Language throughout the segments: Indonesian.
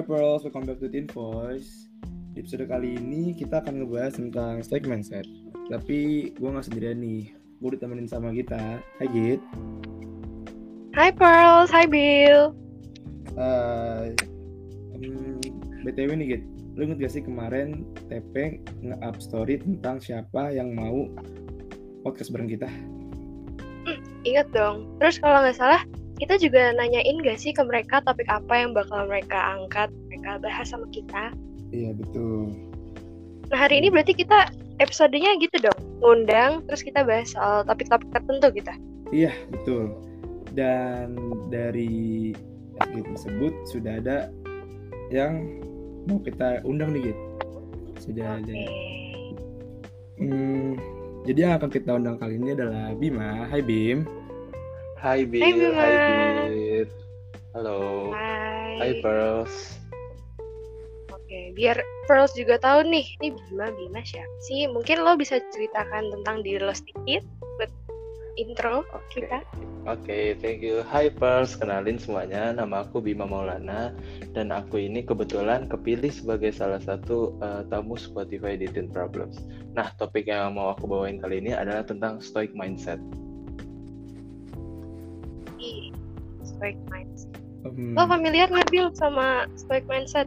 Hai Pearls, welcome back to Teen Voice. Di episode kali ini kita akan ngebahas tentang stoic mindset. Tapi gue gak sendirian nih, gue ditemenin sama Gita. Hai Git. Hai Pearls, hai Bill. BTW nih Git, lu inget gak sih kemarin TP nge-up story tentang siapa yang mau podcast bareng kita? Ingat dong. Terus kalau nggak salah, kita juga nanyain gak sih ke mereka topik apa yang bakal mereka angkat, mereka bahas sama kita. Iya betul. Nah hari ini berarti kita episodenya gitu dong, ngundang, terus kita bahas soal topik-topik tertentu kita. Iya betul. Dan dari Git tersebut sudah ada yang mau kita undang nih Git. Sudah ada. Jadi yang akan kita undang kali ini adalah Bima. Hai Bim. Hai Bill, Hai Bima. hai Bit. Halo. Hai Pearls. Oke, biar Pearls juga tahu nih, ini Bima siapa sih? Mungkin lo bisa ceritakan tentang diri lo sedikit buat intro kita. Oke, thank you. Hai Pearls, kenalin semuanya. Nama aku Bima Maulana dan aku ini kebetulan kepilih sebagai salah satu tamu Spotify di Teen Problems. Nah, topik yang mau aku bawain kali ini adalah tentang stoic mindset. Stoic mindset. Lo familiar nggak Bill sama stoic mindset?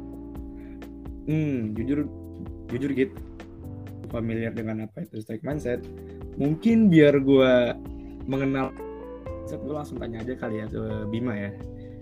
Jujur Git, familiar dengan apa itu stoic mindset. Mungkin biar gue mengenal mindset, gue langsung tanya aja kali ya ke Bima ya.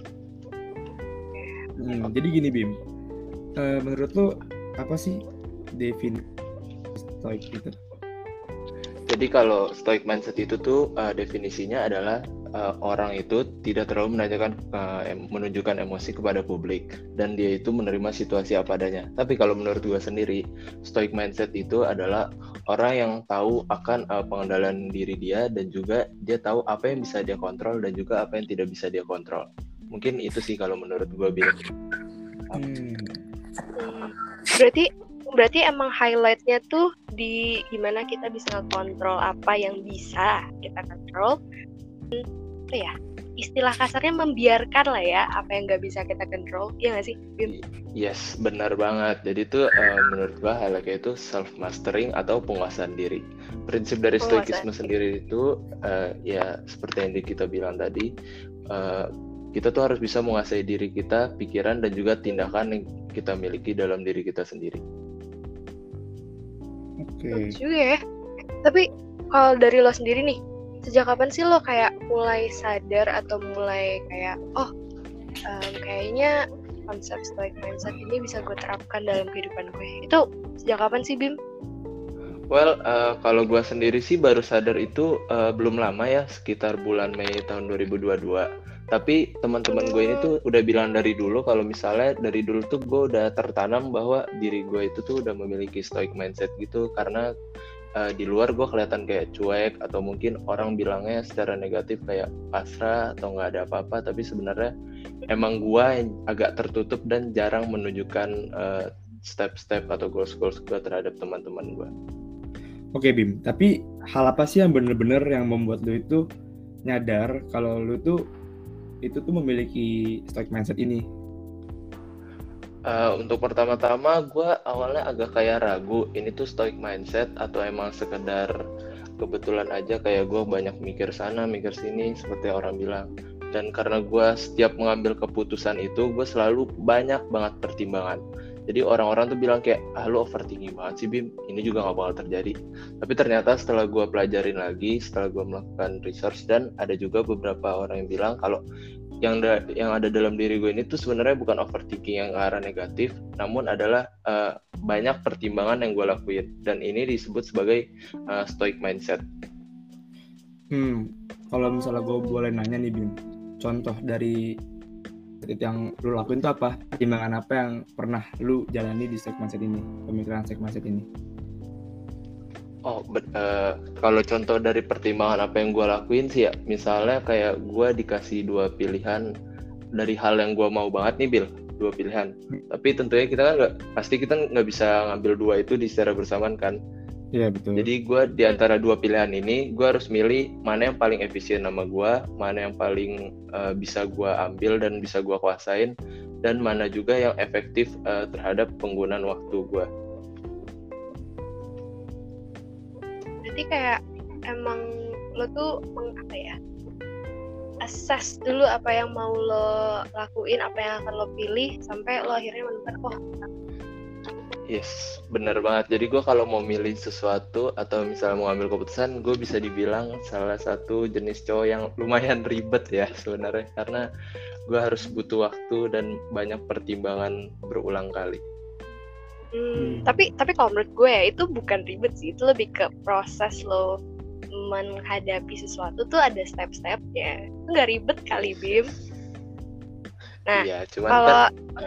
Jadi gini Bim, menurut lo apa sih definisi stoic itu? Jadi kalau stoic mindset itu tuh definisinya adalah orang itu tidak terlalu menunjukkan emosi kepada publik dan dia itu menerima situasi apa adanya. Tapi kalau menurut gue sendiri, stoic mindset itu adalah orang yang tahu akan pengendalian diri dia dan juga dia tahu apa yang bisa dia kontrol dan juga apa yang tidak bisa dia kontrol. Mungkin itu sih kalau menurut gue Bill. Berarti emang highlightnya tuh di gimana kita bisa kontrol apa yang bisa kita kontrol. Apa ya? Istilah kasarnya membiarkan lah ya apa yang nggak bisa kita kontrol. Iya nggak sih, Bim? Yes, benar banget. Jadi itu menurut gua highlightnya itu self mastering atau penguasaan diri. Prinsip dari stoikisme sendiri itu ya seperti yang kita bilang tadi, kita tuh harus bisa menguasai diri kita, pikiran dan juga tindakan yang kita miliki dalam diri kita sendiri. Oke. Juga ya. Tapi kalau dari lo sendiri nih, sejak kapan sih lo kayak mulai sadar atau mulai kayak kayaknya konsep stoic mindset ini bisa gue terapkan dalam kehidupan gue? Itu sejak kapan sih Bim? Well, kalau gue sendiri sih baru sadar itu belum lama ya, sekitar bulan Mei tahun 2022. Tapi teman-teman gue ini tuh udah bilang dari dulu kalau misalnya dari dulu tuh gue udah tertanam bahwa diri gue itu tuh udah memiliki stoic mindset gitu karena di luar gue kelihatan kayak cuek atau mungkin orang bilangnya secara negatif kayak pasrah atau nggak ada apa-apa, tapi sebenarnya emang gue yang agak tertutup dan jarang menunjukkan step-step atau goals-goals gue terhadap teman-teman gue. Oke Bim, tapi hal apa sih yang bener-bener yang membuat lu itu nyadar kalau lu tuh itu tuh memiliki stoic mindset ini? Untuk pertama-tama gue awalnya agak kayak ragu ini tuh stoic mindset atau emang sekedar kebetulan aja kayak gue banyak mikir sana mikir sini seperti orang bilang. Dan karena gue setiap mengambil keputusan itu gue selalu banyak banget pertimbangan. Jadi orang-orang tuh bilang kayak lu overthinking banget sih Bim, ini juga gak bakal terjadi. Tapi ternyata setelah gue pelajarin lagi, setelah gue melakukan research dan ada juga beberapa orang yang bilang kalau yang ada dalam diri gue ini tuh sebenarnya bukan overthinking yang ke arah negatif, namun adalah banyak pertimbangan yang gue lakuin dan ini disebut sebagai stoic mindset. Kalau misalnya gue boleh nanya nih Bim, contoh dari yang lu lakuin itu apa? Pertimbangan apa yang pernah lu jalani di stoic mindset ini, pemikiran stoic mindset ini? Kalau contoh dari pertimbangan apa yang gue lakuin sih ya, misalnya kayak gue dikasih 2 pilihan dari hal yang gue mau banget nih Bill, 2 pilihan. Tapi tentunya kita kan pasti kita nggak bisa ngambil 2 itu di secara bersamaan kan. Iya betul. Jadi gue di antara 2 pilihan ini gue harus milih mana yang paling efisien sama gue, mana yang paling bisa gue ambil dan bisa gue kuasain, dan mana juga yang efektif terhadap penggunaan waktu gue. Berarti kayak emang lo tuh assess dulu apa yang mau lo lakuin, apa yang akan lo pilih, sampai lo akhirnya menemukan Yes, bener banget. Jadi gue kalau mau milih sesuatu atau misalnya mau ambil keputusan, gue bisa dibilang salah satu jenis cowok yang lumayan ribet ya sebenarnya, karena gue harus butuh waktu dan banyak pertimbangan berulang kali. Tapi kalau menurut gue ya itu bukan ribet sih, itu lebih ke proses lo menghadapi sesuatu tuh ada step-stepnya. Itu nggak ribet kali, Bim. Nah, iya, kalau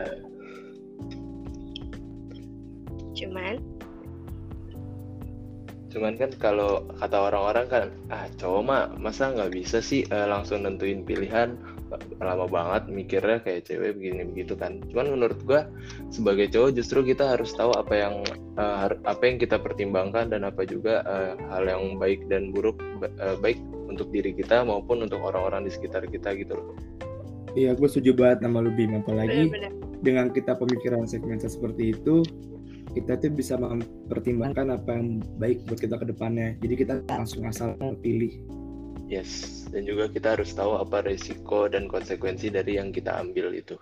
cuman kan kalau kata orang-orang kan, cowok mah masa nggak bisa sih langsung nentuin pilihan, lama banget mikirnya kayak cewek begini begitu kan. Cuman menurut gua sebagai cowok justru kita harus tahu apa yang kita pertimbangkan dan apa juga hal yang baik dan buruk, baik untuk diri kita maupun untuk orang-orang di sekitar kita gitu loh. Iya, gue setuju banget sama lu, Bim. Apalagi dengan kita pemikiran segmentasi seperti itu, kita tuh bisa mempertimbangkan apa yang baik buat kita ke depannya. Jadi kita langsung asal pilih. Yes, dan juga kita harus tahu apa resiko dan konsekuensi dari yang kita ambil itu.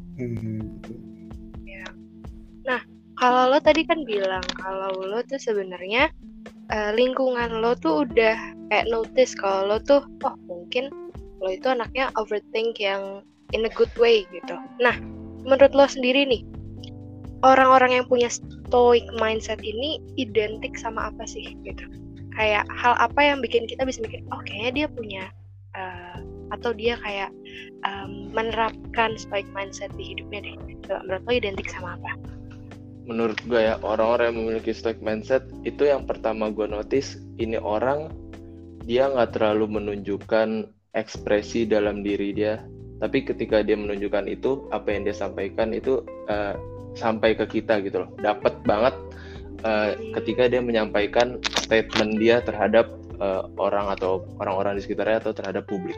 Ya. Nah, kalau lo tadi kan bilang kalau lo tuh sebenarnya lingkungan lo tuh udah kayak notice kalau lo tuh mungkin lo itu anaknya overthink yang in a good way gitu. Nah, menurut lo sendiri nih, orang-orang yang punya stoic mindset ini identik sama apa sih gitu? Kayak hal apa yang bikin kita bisa mikir, kayaknya dia punya atau dia kayak menerapkan stoic mindset di hidupnya deh. Menurut lo identik sama apa? Menurut gue ya, orang-orang yang memiliki stoic mindset itu yang pertama gue notice, ini orang dia nggak terlalu menunjukkan ekspresi dalam diri dia, tapi ketika dia menunjukkan itu, apa yang dia sampaikan itu sampai ke kita gitu loh, dapat banget ketika dia menyampaikan statement dia terhadap orang atau orang-orang di sekitarnya atau terhadap publik.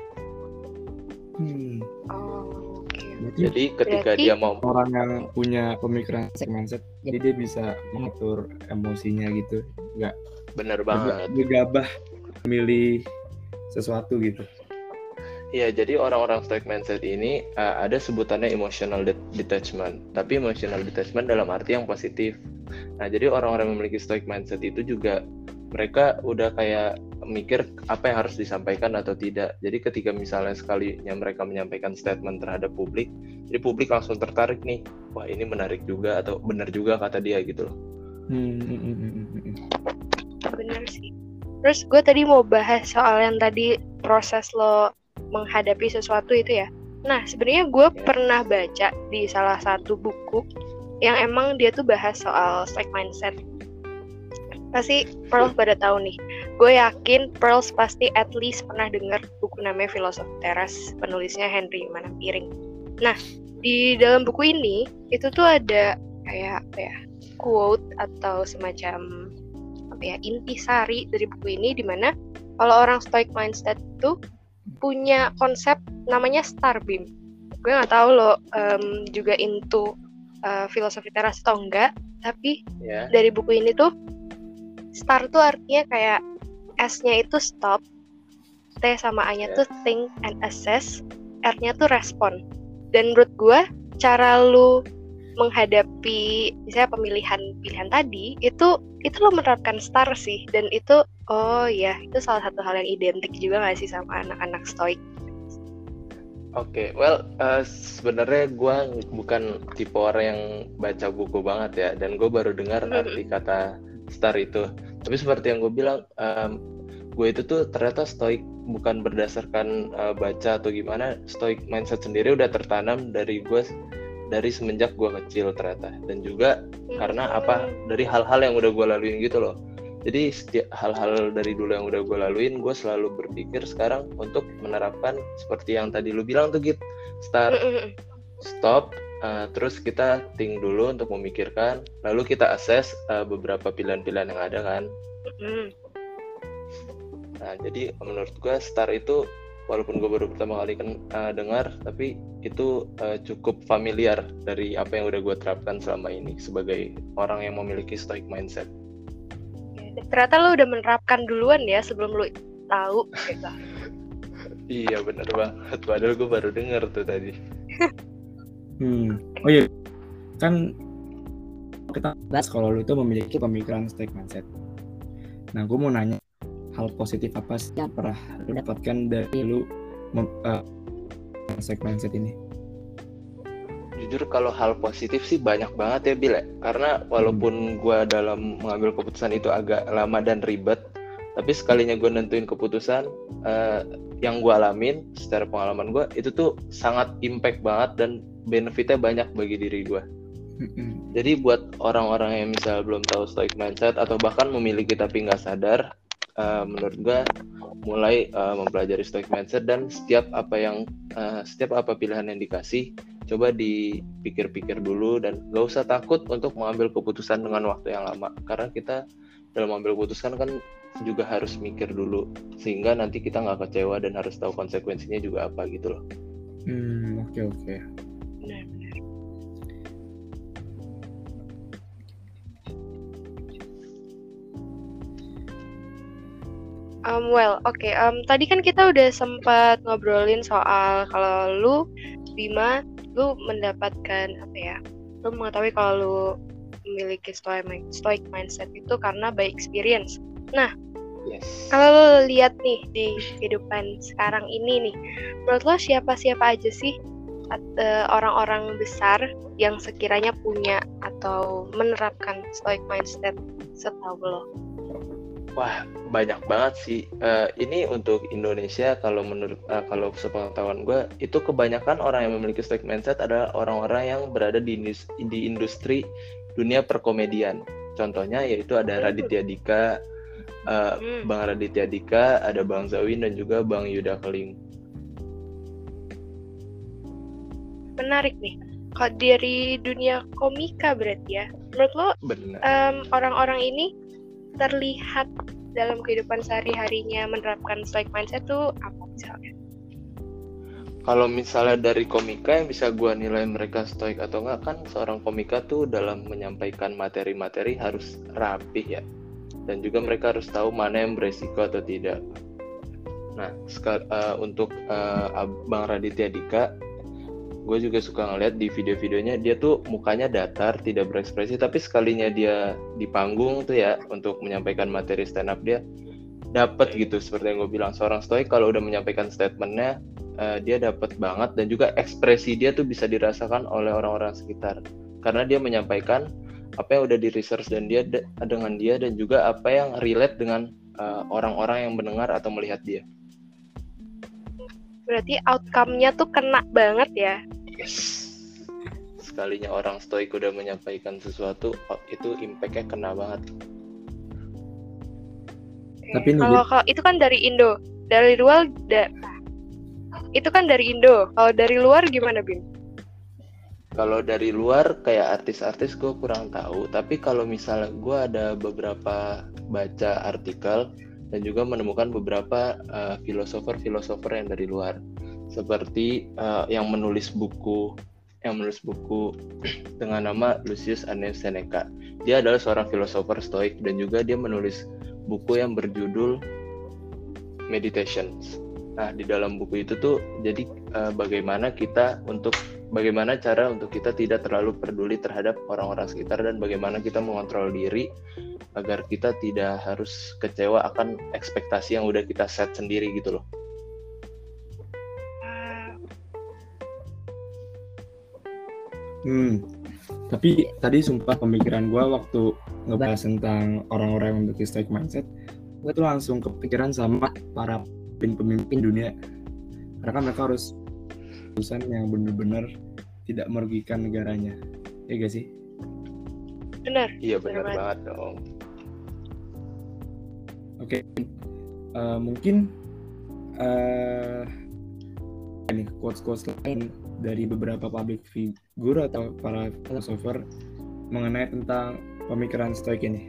Jadi ketika dia mau, orang yang punya pemikiran mindset, jadi dia bisa mengatur emosinya gitu, nggak bener banget gegabah memilih sesuatu gitu. Iya, jadi orang-orang stoic mindset ini ada sebutannya emotional detachment. Tapi emotional detachment dalam arti yang positif. Nah, jadi orang-orang yang memiliki stoic mindset itu juga mereka udah kayak mikir apa yang harus disampaikan atau tidak. Jadi ketika misalnya sekalinya mereka menyampaikan statement terhadap publik, jadi publik langsung tertarik nih, wah ini menarik juga atau benar juga kata dia gitu loh. Bener sih. Terus gue tadi mau bahas soal yang tadi proses lo menghadapi sesuatu itu ya. Nah, sebenarnya gue pernah baca di salah satu buku yang emang dia tuh bahas soal stoic mindset. Pasti Pearls pada tahu nih. Gue yakin Pearls pasti at least pernah dengar buku namanya Philosophy Teras, penulisnya Henry Manapiring. Nah, di dalam buku ini itu tuh ada kayak quote atau semacam intisari dari buku ini, di mana kalau orang stoic mindset itu punya konsep namanya star beam. Gue nggak tahu lo juga into filosofi teras atau enggak, tapi dari buku ini tuh star tuh artinya kayak S-nya itu stop, T sama A-nya tuh think and assess, R-nya tuh respond. Dan menurut gue cara lu menghadapi misalnya pilihan tadi itu lo menerapkan star sih, dan itu itu salah satu hal yang identik juga nggak sih sama anak-anak stoik? Oke, well sebenarnya gue bukan tipe orang yang baca buku banget ya, dan gue baru dengar arti kata star itu. Tapi seperti yang gue bilang, gue itu tuh ternyata stoik bukan berdasarkan baca atau gimana. Stoik mindset sendiri udah tertanam dari semenjak gue kecil ternyata, dan juga karena dari hal-hal yang udah gue laluin gitu loh. Jadi setiap hal-hal dari dulu yang udah gue laluin, gue selalu berpikir sekarang untuk menerapkan seperti yang tadi lu bilang tuh, Git, stop, terus kita think dulu untuk memikirkan, lalu kita assess beberapa pilihan-pilihan yang ada kan. Nah, jadi menurut gue star itu walaupun gue baru pertama kali dengar, tapi itu cukup familiar dari apa yang udah gue terapkan selama ini sebagai orang yang memiliki stoic mindset. Ternyata lo udah menerapkan duluan ya sebelum lo tahu gitu. Iya benar banget, padahal gue baru dengar tuh tadi. Oh iya, kan kita bahas kalau lu itu memiliki pemikiran stoic mindset. Nah, gue mau nanya, hal positif apa sih yang pernah lu dapatkan dari lu stoic mindset ini? Jujur kalau hal positif sih banyak banget ya Bil ya. Karena walaupun gue dalam mengambil keputusan itu agak lama dan ribet, tapi sekalinya gue nentuin keputusan, yang gue alamin secara pengalaman gue itu tuh sangat impact banget dan benefitnya banyak bagi diri gue. Jadi buat orang-orang yang misalnya belum tahu stoic mindset atau bahkan memiliki tapi nggak sadar, menurut gue mulai mempelajari stoic mindset dan setiap apa pilihan yang dikasih coba dipikir-pikir dulu dan gak usah takut untuk mengambil keputusan dengan waktu yang lama, karena kita dalam mengambil keputusan kan juga harus mikir dulu sehingga nanti kita nggak kecewa dan harus tahu konsekuensinya juga apa gitu loh. Oke. Benar. Tadi kan kita udah sempat ngobrolin soal kalau lu Bima, lu mendapatkan lu mengetahui kalau lu memiliki stoic mindset itu karena by experience. Nah, kalau lu lihat nih di kehidupan sekarang ini nih, menurut lo siapa-siapa aja sih orang-orang besar yang sekiranya punya atau menerapkan stoic mindset setahu lo? Wah, banyak banget sih. Ini untuk Indonesia kalau sepengetahuan gue itu kebanyakan orang yang memiliki stoic mindset adalah orang-orang yang berada di industri dunia perkomedian. Contohnya yaitu ada Raditya Dika, Bang Raditya Dika, ada Bang Zawin dan juga Bang Yuda Keling. Menarik nih. Kalau dari dunia komika berarti ya, menurut lo orang-orang ini terlihat dalam kehidupan sehari-harinya menerapkan stoic mindset tuh apa misalnya? Kalau misalnya dari komika yang bisa gue nilai mereka stoik atau enggak, kan seorang komika tuh dalam menyampaikan materi-materi harus rapih ya, dan juga mereka harus tahu mana yang beresiko atau tidak. Nah, untuk Bang Raditya Dika, gue juga suka ngeliat di video-videonya dia tuh mukanya datar, tidak berekspresi, tapi sekalinya dia di panggung tuh ya untuk menyampaikan materi stand up dia dapat gitu. Seperti yang gue bilang, seorang stoik kalau udah menyampaikan statementnya dia dapat banget, dan juga ekspresi dia tuh bisa dirasakan oleh orang-orang sekitar karena dia menyampaikan apa yang udah di research dan dengan dia dan juga apa yang relate dengan orang-orang yang mendengar atau melihat dia. Berarti outcome-nya tuh kena banget ya. Yes. Sekalinya orang stoik udah menyampaikan sesuatu, itu impact-nya kena banget. Tapi kalau itu kan dari Indo, dari luar itu kan dari Indo. Kalau dari luar gimana, Bim? Kalau dari luar kayak artis-artis gue kurang tahu, tapi kalau misalnya gue ada beberapa baca artikel dan juga menemukan beberapa filosofer yang dari luar, seperti yang menulis buku dengan nama Lucius Annaeus Seneca. Dia adalah seorang filosofer stoik dan juga dia menulis buku yang berjudul Meditations. Nah, di dalam buku itu tuh jadi bagaimana cara untuk kita tidak terlalu peduli terhadap orang-orang sekitar dan bagaimana kita mengontrol diri agar kita tidak harus kecewa akan ekspektasi yang udah kita set sendiri gitu loh. Tapi tadi sumpah pemikiran gue waktu ngebahas tentang orang-orang yang memiliki stoic mindset, gue tuh langsung kepikiran sama para pemimpin dunia, karena kan mereka harus keputusan yang benar-benar tidak merugikan negaranya, ya gak sih? Benar. Iya benar banget dong. Oke. Mungkin ini quotes lain dari beberapa public figure atau para filosofer mengenai tentang pemikiran stoik ini.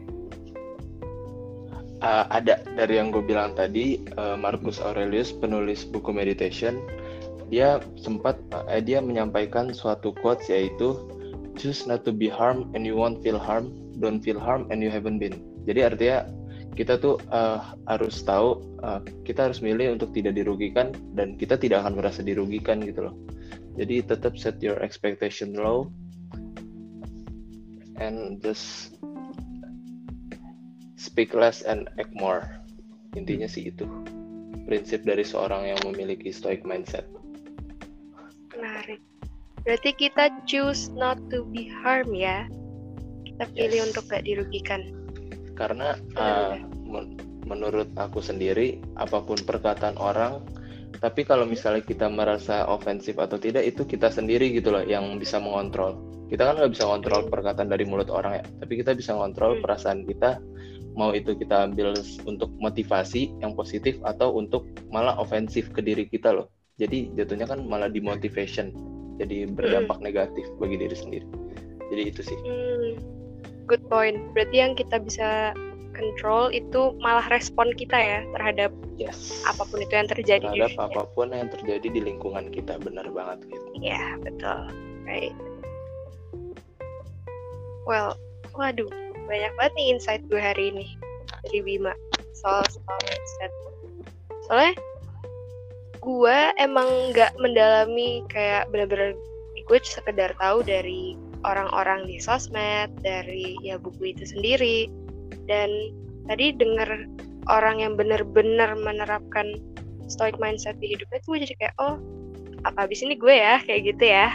Ada dari yang gue bilang tadi, Marcus Aurelius, penulis buku Meditation, dia menyampaikan suatu quotes, yaitu choose not to be harmed and you won't feel harm, don't feel harm and you haven't been. Jadi artinya kita tuh harus tahu, kita harus milih untuk tidak dirugikan dan kita tidak akan merasa dirugikan gitu loh. Jadi tetap set your expectation low and just speak less and act more. Intinya sih itu prinsip dari seorang yang memiliki stoic mindset. Menarik. Berarti kita choose not to be harmed ya. Kita pilih untuk gak dirugikan. Karena menurut aku sendiri, apapun perkataan orang, tapi kalau misalnya kita merasa ofensif atau tidak, itu kita sendiri gitu loh yang bisa mengontrol. Kita kan nggak bisa ngontrol perkataan dari mulut orang ya, tapi kita bisa ngontrol perasaan kita, mau itu kita ambil untuk motivasi yang positif atau untuk malah ofensif ke diri kita loh. Jadi jatuhnya kan malah demotivation, jadi berdampak negatif bagi diri sendiri. Jadi itu sih. Good point. Berarti yang kita bisa control itu malah respon kita ya terhadap apapun itu yang terjadi. Terhadap apapun yang terjadi di lingkungan kita, benar banget gitu. Iya, betul. Right. Well, waduh, banyak banget nih insight gue hari ini dari Bima soal mindset. Soalnya gue emang nggak mendalami kayak bener-bener, gue sekedar tahu dari orang-orang di sosmed, dari ya buku itu sendiri. Dan tadi dengar orang yang benar-benar menerapkan stoic mindset di hidupnya tuh gue jadi kayak, oh, apa abis ini gue ya kayak gitu ya.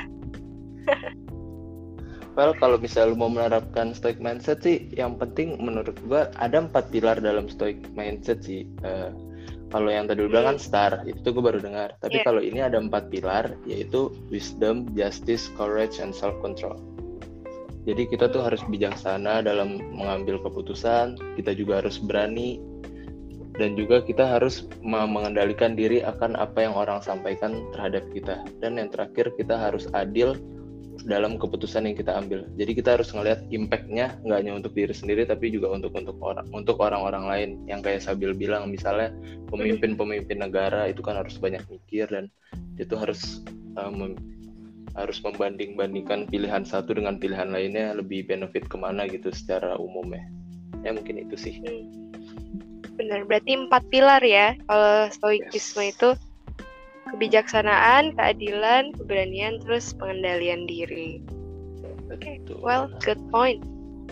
Well, kalau misalnya lu mau menerapkan stoic mindset sih, yang penting menurut gue ada 4 pilar dalam stoic mindset sih. Kalau yang tadi lu bilang kan STAR, itu gue baru dengar. Tapi kalau ini ada 4 pilar, yaitu wisdom, justice, courage, and self-control. Jadi kita tuh harus bijaksana dalam mengambil keputusan, kita juga harus berani, dan juga kita harus mengendalikan diri akan apa yang orang sampaikan terhadap kita. Dan yang terakhir, kita harus adil dalam keputusan yang kita ambil. Jadi kita harus ngelihat impact-nya nggak hanya untuk diri sendiri, tapi juga untuk orang-orang lain. Yang kayak Sabil bilang, misalnya pemimpin negara itu kan harus banyak mikir, dan itu harus membanding-bandingkan pilihan satu dengan pilihan lainnya, lebih benefit kemana gitu secara umumnya. Ya mungkin itu sih. Benar, berarti 4 pilar ya. Kalau stoikisme itu kebijaksanaan, keadilan, keberanian, terus pengendalian diri. Oke, well, good point.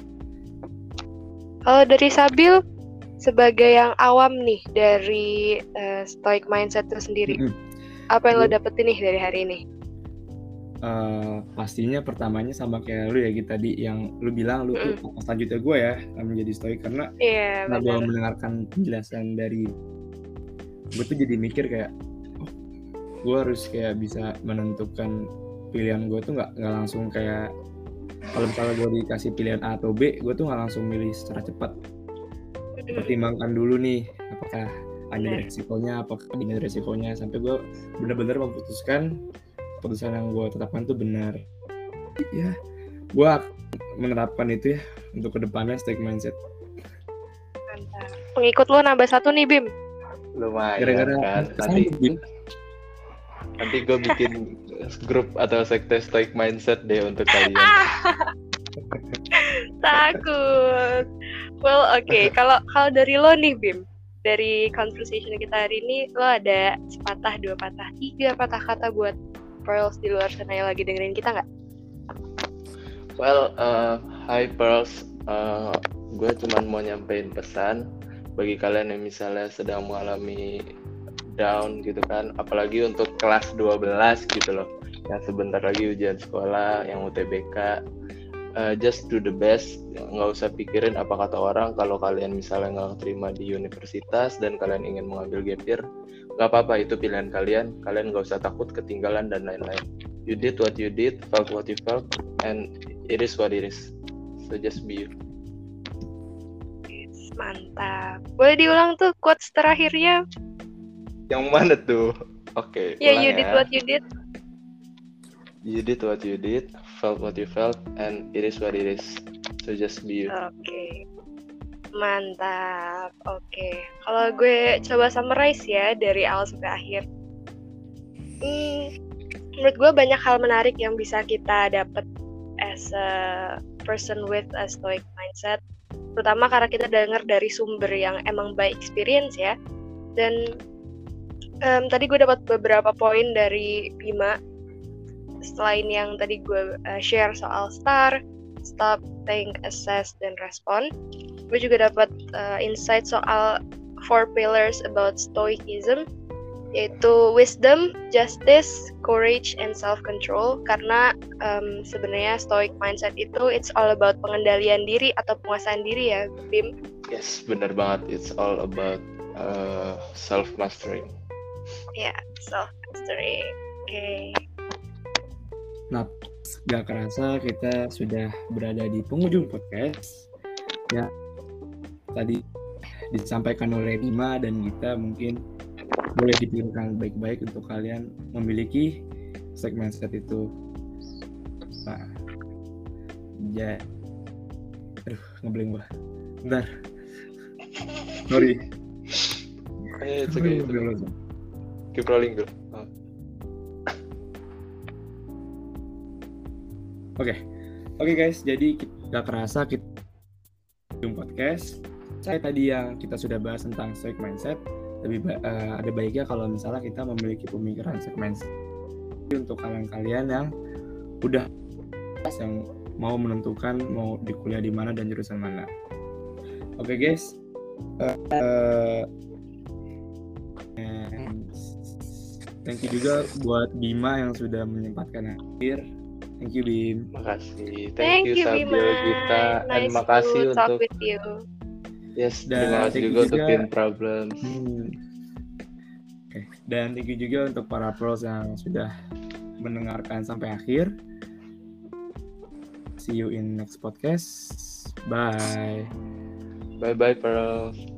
Kalau dari Sabil, sebagai yang awam nih dari stoic mindset itu sendiri, apa yang lo dapetin nih dari hari ini? Pastinya pertamanya sama kayak lu ya gitu tadi, yang lu bilang lu tuh selanjutnya gue ya menjadi stoik, karena gue mendengarkan penjelasan dari gue tuh jadi mikir kayak, oh, gue harus kayak bisa menentukan pilihan gue tuh nggak langsung kayak, kalau misalnya gue dikasih pilihan A atau B, gue tuh nggak langsung milih secara cepat. Pertimbangkan dulu nih, apakah ada resikonya, apakah tidak ada resikonya, sampai gue benar-benar memutuskan keputusan yang gue tetapkan tuh benar. Ya, gue menerapkan itu ya untuk kedepannya stoic mindset. Mantap. Pengikut lo nambah 1 nih, Bim. Lumayan kan. Nanti gue bikin grup atau sekte stoic mindset deh untuk kalian. Takut. Well, oke. Kalau dari lo nih, Bim, dari conversation kita hari ini, lo ada sepatah, 2 patah, 3 patah kata buat Pearls di luar sana yang lagi dengerin kita nggak? Well, hi Pearls, gue cuma mau nyampein pesan bagi kalian yang misalnya sedang mengalami down gitu kan, apalagi untuk kelas 12 gitu loh, yang sebentar lagi ujian sekolah, yang UTBK. Just do the best, nggak usah pikirin apa kata orang. Kalau kalian misalnya nggak terima di universitas dan kalian ingin mengambil gap year, nggak apa-apa, itu pilihan kalian nggak usah takut ketinggalan dan lain-lain. You did what you did, felt what you felt, and it is what it is, so just be you. Mantap. Boleh diulang tuh quotes terakhirnya? Yang mana tuh? Oke, ya, you did what you did. You did what you did, felt what you felt, and it is what it is. So just be you. Oke. Mantap. Oke. Kalau gue coba summarize ya dari awal sampai akhir. Menurut gue banyak hal menarik yang bisa kita dapat as a person with a stoic mindset, terutama karena kita dengar dari sumber yang emang by experience ya. Dan tadi gue dapat beberapa poin dari Bima. Selain yang tadi gue share soal STAR, stop, think, assess, dan respond, gue juga dapat insight soal 4 pillars about stoicism, yaitu wisdom, justice, courage, and self-control. Karena sebenarnya stoic mindset itu it's all about pengendalian diri atau penguasaan diri ya, Bim. Yes, benar banget. It's all about self-mastery. Ya, self-mastery. Oke. Nah, gak kerasa kita sudah berada di penghujung podcast. Ya, tadi disampaikan oleh Bima dan kita mungkin boleh dipikirkan baik-baik untuk kalian memiliki segmen set itu. Nah, ya, ngeblank gua. Bentar. Sorry. It's okay. Keep rolling, bro. Oke guys, jadi gak kerasa kita podcast. Saya tadi yang kita sudah bahas tentang stoic mindset, ada baiknya kalau misalnya kita memiliki pemikiran stoic mindset untuk kalian yang udah yang mau menentukan mau di kuliah di mana dan jurusan mana. Oke guys, thank you juga buat Bima yang sudah menyempatkan hadir. Thank you, Bim. Makasih. Thank you Sabio, Gita. Nice dan makasih to talk untuk with you. Yes, Dan terima kasih juga untuk Teen Problems. Okay. Dan thank you juga untuk para pros yang sudah mendengarkan sampai akhir. See you in next podcast. Bye. Bye-bye, pros.